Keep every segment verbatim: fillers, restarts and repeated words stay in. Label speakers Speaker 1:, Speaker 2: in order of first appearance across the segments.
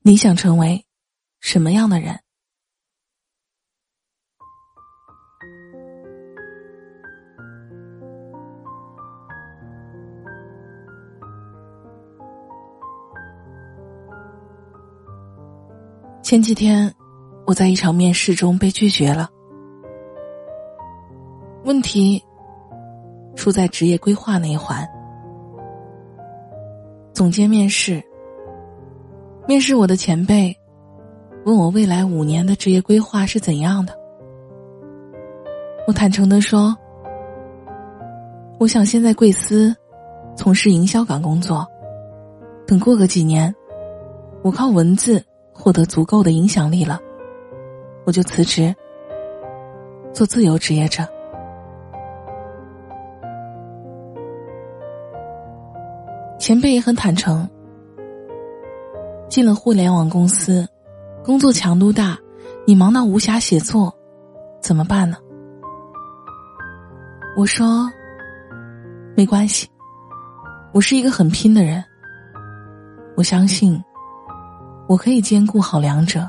Speaker 1: 你想成为什么样的人？前几天我在一场面试中被拒绝了。问题出在职业规划那一环。总监面试，面试我的前辈问我未来五年的职业规划是怎样的。我坦诚地说，我想先在贵司从事营销岗工作，等过个几年，我靠文字获得足够的影响力了，我就辞职做自由职业者。前辈也很坦诚，进了互联网公司，工作强度大，你忙到无暇写作，怎么办呢？我说，没关系，我是一个很拼的人，我相信我可以兼顾好两者。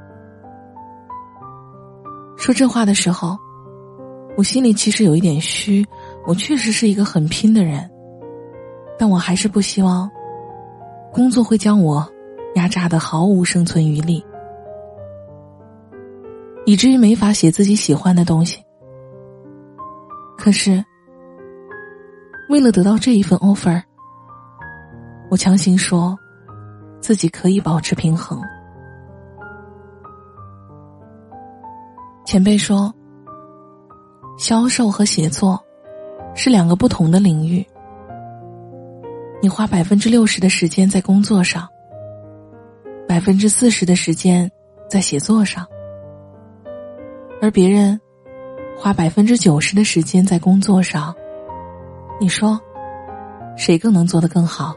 Speaker 1: 说这话的时候，我心里其实有一点虚，我确实是一个很拼的人，但我还是不希望工作会将我压榨得毫无生存余力，以至于没法写自己喜欢的东西。可是为了得到这一份 offer， 我强行说自己可以保持平衡。前辈说，销售和写作是两个不同的领域，你花百分之六十的时间在工作上，百分之四十的时间在写作上，而别人花百分之九十的时间在工作上，你说谁更能做得更好？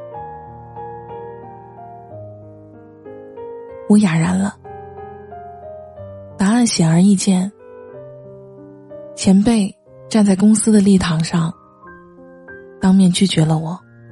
Speaker 1: 我哑然了。答案显而易见，前辈站在公司的礼堂上，当面拒绝了我。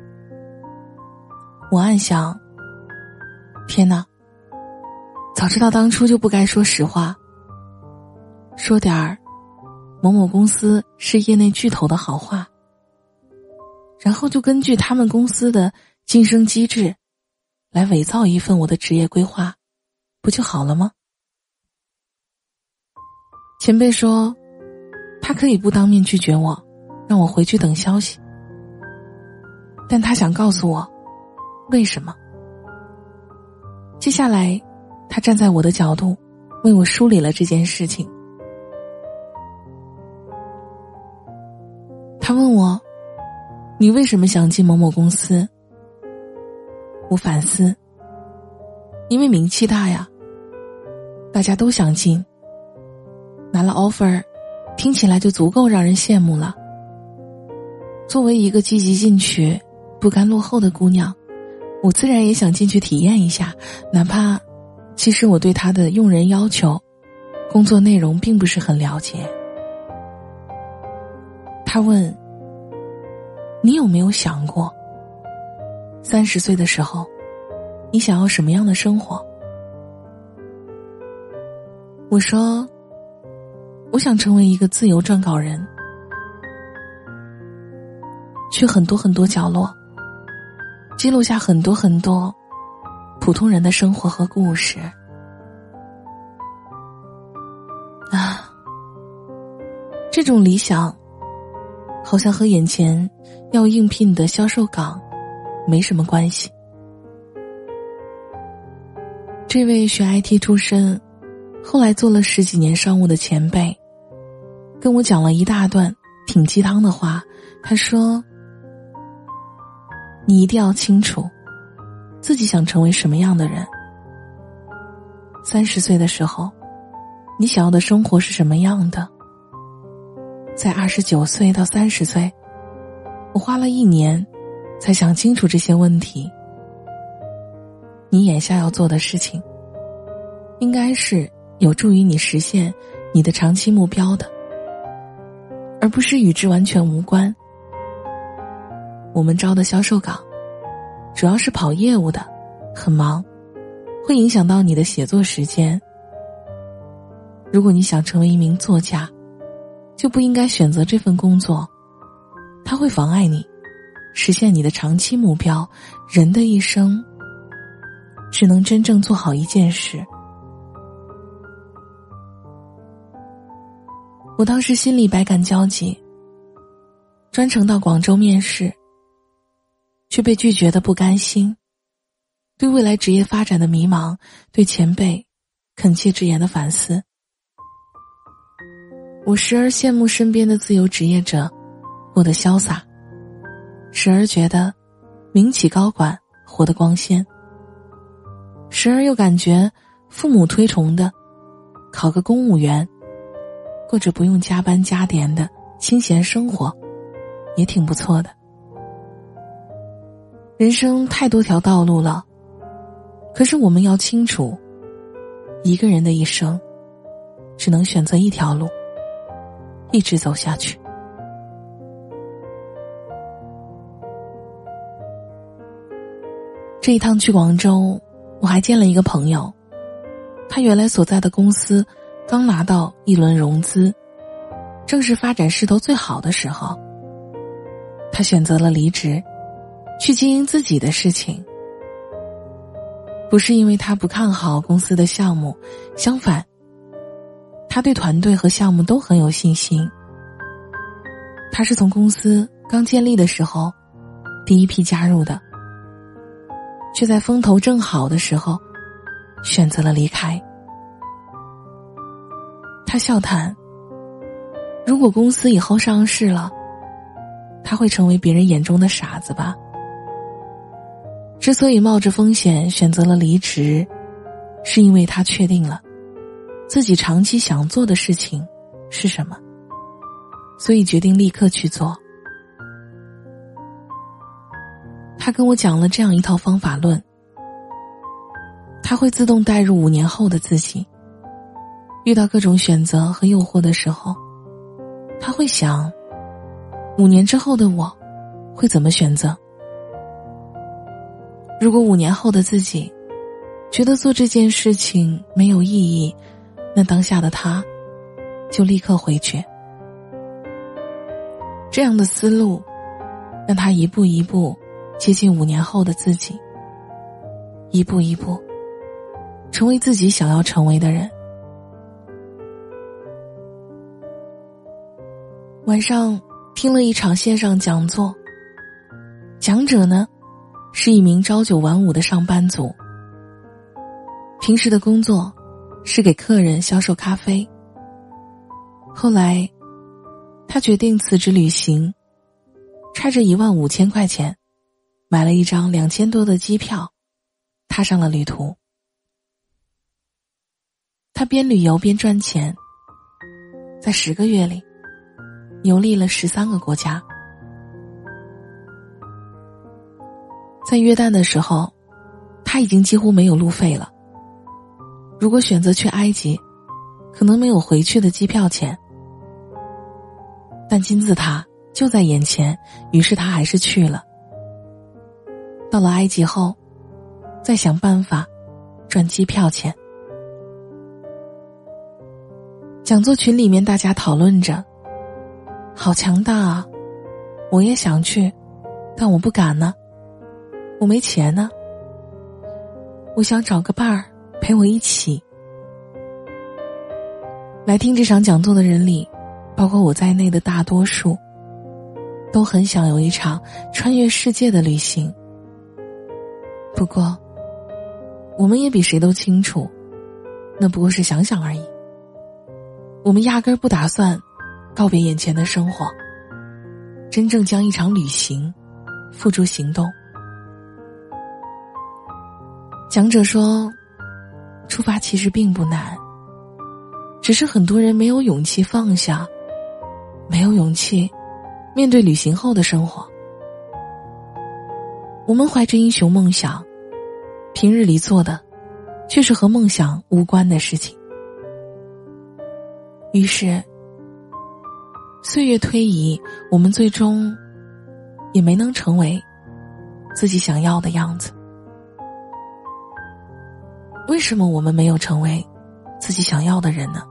Speaker 1: 我暗想，天哪，早知道当初就不该说实话，说点儿某某公司是业内巨头的好话，然后就根据他们公司的晋升机制来伪造一份我的职业规划，不就好了吗？前辈说他可以不当面拒绝我，让我回去等消息，但他想告诉我为什么。接下来他站在我的角度为我梳理了这件事情。他问我，你为什么想进某某公司？我反思，因为名气大呀，大家都想进，拿了 offer 听起来就足够让人羡慕了。作为一个积极进取不甘落后的姑娘，我自然也想进去体验一下，哪怕其实我对她的用人要求工作内容并不是很了解。他问，你有没有想过三十岁的时候你想要什么样的生活？我说，我想成为一个自由撰稿人，去很多很多角落，记录下很多很多普通人的生活和故事。啊，这种理想好像和眼前要应聘的销售岗没什么关系。这位学 I T 出身，后来做了十几年商务的前辈，跟我讲了一大段挺鸡汤的话。他说，你一定要清楚自己想成为什么样的人。三十岁的时候你想要的生活是什么样的？在二十九岁到三十岁，我花了一年才想清楚这些问题。你眼下要做的事情应该是有助于你实现你的长期目标的，而不是与之完全无关。我们招的销售岗主要是跑业务的，很忙， 会影响到你的写作时间。如果你想成为一名作家，就不应该选择这份工作，它会妨碍你实现你的长期目标。人的一生只能真正做好一件事。我当时心里百感交集，专程到广州面试，却被拒绝的不甘心，对未来职业发展的迷茫，对前辈恳切直言的反思。我时而羡慕身边的自由职业者过得潇洒，时而觉得民企高管活得光鲜，时而又感觉父母推崇的考个公务员，过着不用加班加点的清闲生活，也挺不错的。人生太多条道路了，可是我们要清楚，一个人的一生只能选择一条路，一直走下去。这一趟去广州，我还见了一个朋友，他原来所在的公司刚拿到一轮融资，正是发展势头最好的时候。他选择了离职，去经营自己的事情。不是因为他不看好公司的项目，相反，他对团队和项目都很有信心。他是从公司刚建立的时候第一批加入的，却在风头正好的时候选择了离开。他笑谈，如果公司以后上市了，他会成为别人眼中的傻子吧。之所以冒着风险选择了离职，是因为他确定了自己长期想做的事情是什么，所以决定立刻去做。他跟我讲了这样一套方法论，他会自动带入五年后的自己，遇到各种选择和诱惑的时候，他会想，五年之后的我会怎么选择？如果五年后的自己觉得做这件事情没有意义，那当下的他就立刻回绝。这样的思路让他一步一步接近五年后的自己，一步一步成为自己想要成为的人。晚上听了一场线上讲座，讲者呢是一名朝九晚五的上班族，平时的工作是给客人销售咖啡。后来他决定辞职旅行，揣着一万五千块钱买了一张两千多的机票，踏上了旅途。他边旅游边赚钱，在十个月里游历了十三个国家。在约旦的时候，他已经几乎没有路费了。如果选择去埃及，可能没有回去的机票钱。但金字塔就在眼前，于是他还是去了。到了埃及后，再想办法赚机票钱。讲座群里面大家讨论着，好强大啊，我也想去，但我不敢呢，我没钱呢，我想找个伴儿陪我一起。来听这场讲座的人里，包括我在内的大多数都很想有一场穿越世界的旅行。不过我们也比谁都清楚，那不过是想想而已。我们压根儿不打算告别眼前的生活，真正将一场旅行付诸行动。讲者说，出发其实并不难，只是很多人没有勇气放下，没有勇气面对旅行后的生活。我们怀着英雄梦想，平日里做的却是和梦想无关的事情。于是岁月推移，我们最终也没能成为自己想要的样子。 为什么我们没有成为自己想要的人呢？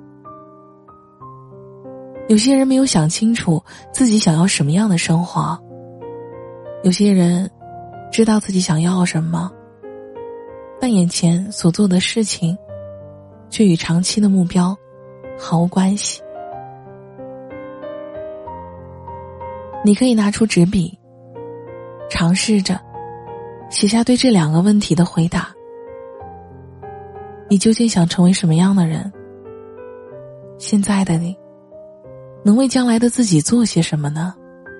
Speaker 1: 有些人没有想清楚自己想要什么样的生活，有些人知道自己想要什么，但眼前所做的事情却与长期的目标毫无关系。你可以拿出纸笔，尝试着写下对这两个问题的回答。你究竟想成为什么样的人？现在的你能为将来的自己做些什么呢？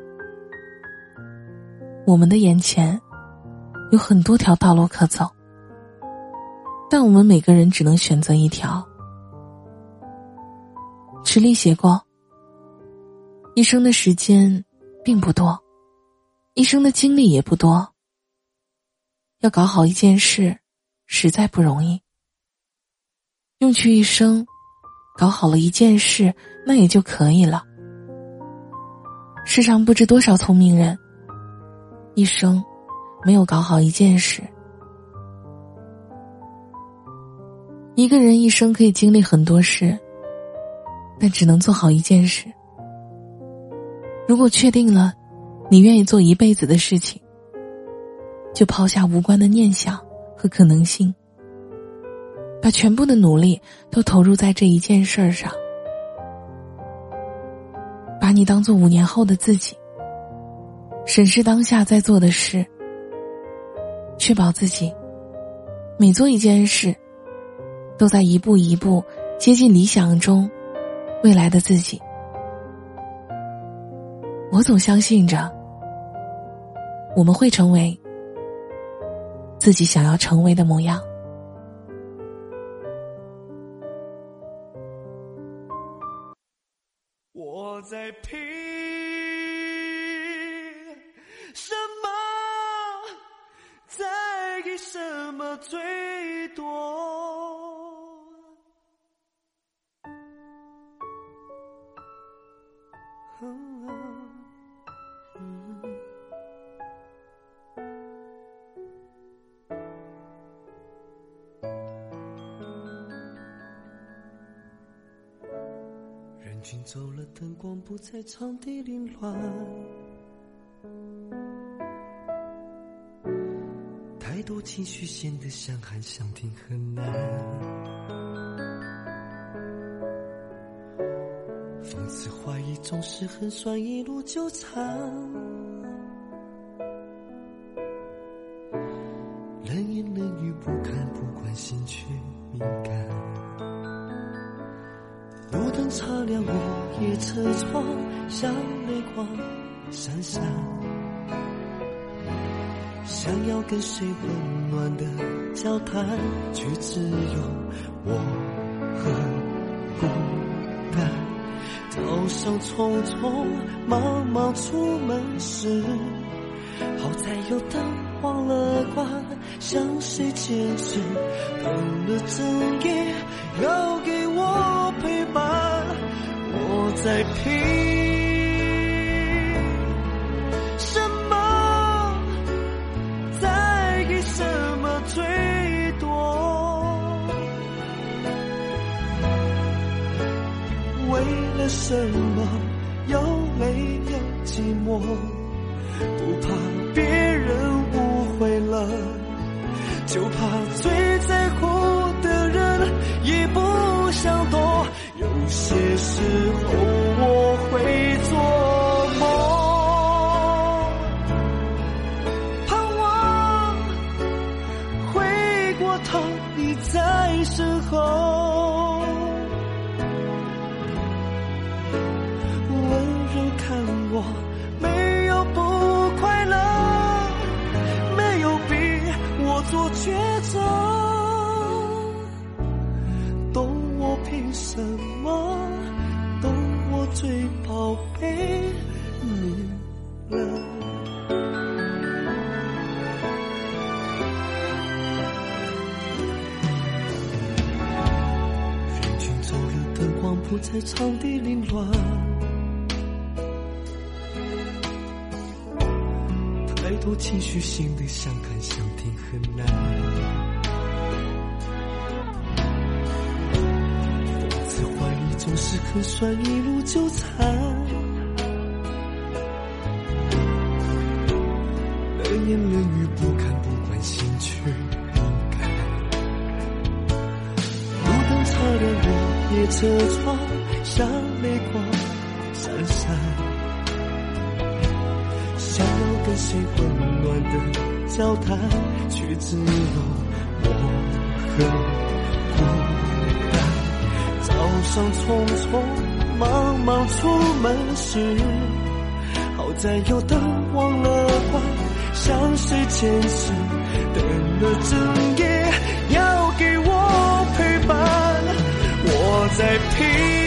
Speaker 1: 我们的眼前有很多条道路可走，但我们每个人只能选择一条。池莉写过，一生的时间并不多，一生的精力也不多，要搞好一件事实在不容易，用去一生搞好了一件事，那也就可以了。世上不知多少聪明人一生没有搞好一件事。一个人一生可以经历很多事，但只能做好一件事。如果确定了你愿意做一辈子的事情，就抛下无关的念想和可能性，把全部的努力都投入在这一件事上。把你当作五年后的自己，审视当下在做的事，确保自己每做一件事都在一步一步接近理想中未来的自己。我总相信着，我们会成为自己想要成为的模样。
Speaker 2: 我在拼什么，在意什么最多？嗯嗯人群走了，灯光不在场地凌乱，太多情绪显得相寒相挺很难。讽刺怀疑总是很酸，一路纠缠，冷言冷语不看不关心却敏感。路灯擦亮午夜车窗，像泪光闪闪，想要跟谁温暖的交谈，却只有我和孤单。头上匆匆忙忙出门时，好在有灯忘了关，向谁坚持，等了整夜要给我陪伴。我在拼什么，在意什么最多？为了什么有泪有寂寞？不怕别人误会了，就怕最在乎的人也不想躲。有些时候我会做梦，盼望回过头你在身后，温柔看我没有不快乐，没有逼我做抉择，懂我凭什么，懂我最宝贝你了。人群走了，灯光不在场地凌乱，太多情绪心里相看相挺很难。 总是很酸，一路纠缠，冷言冷语不看不关心去看，路灯擦亮我夜车窗，像泪光闪闪，想要跟谁温暖的交谈，却只有我很孤单。早上匆匆忙忙出门时，好在有灯忘了关，向谁前世等了整夜，要给我陪伴。我在拼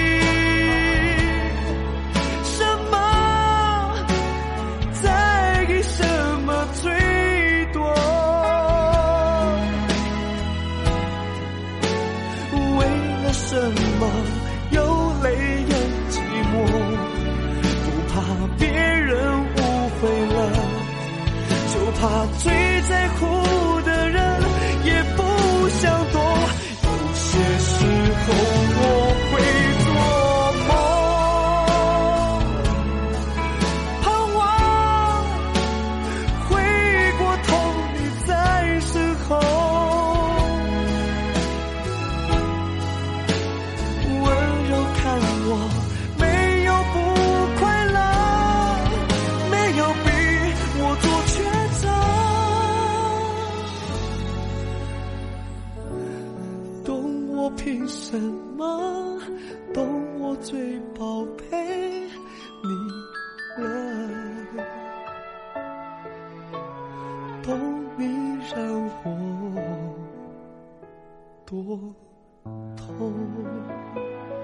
Speaker 2: 什么又累又寂寞，不怕别人误会了，就怕最在乎的人也不想懂。有些时候我会做梦，盼望回过头你在身后，没有不快乐，没有逼我做抉择，懂我凭什么，懂我最宝贝你了，懂你让我多痛。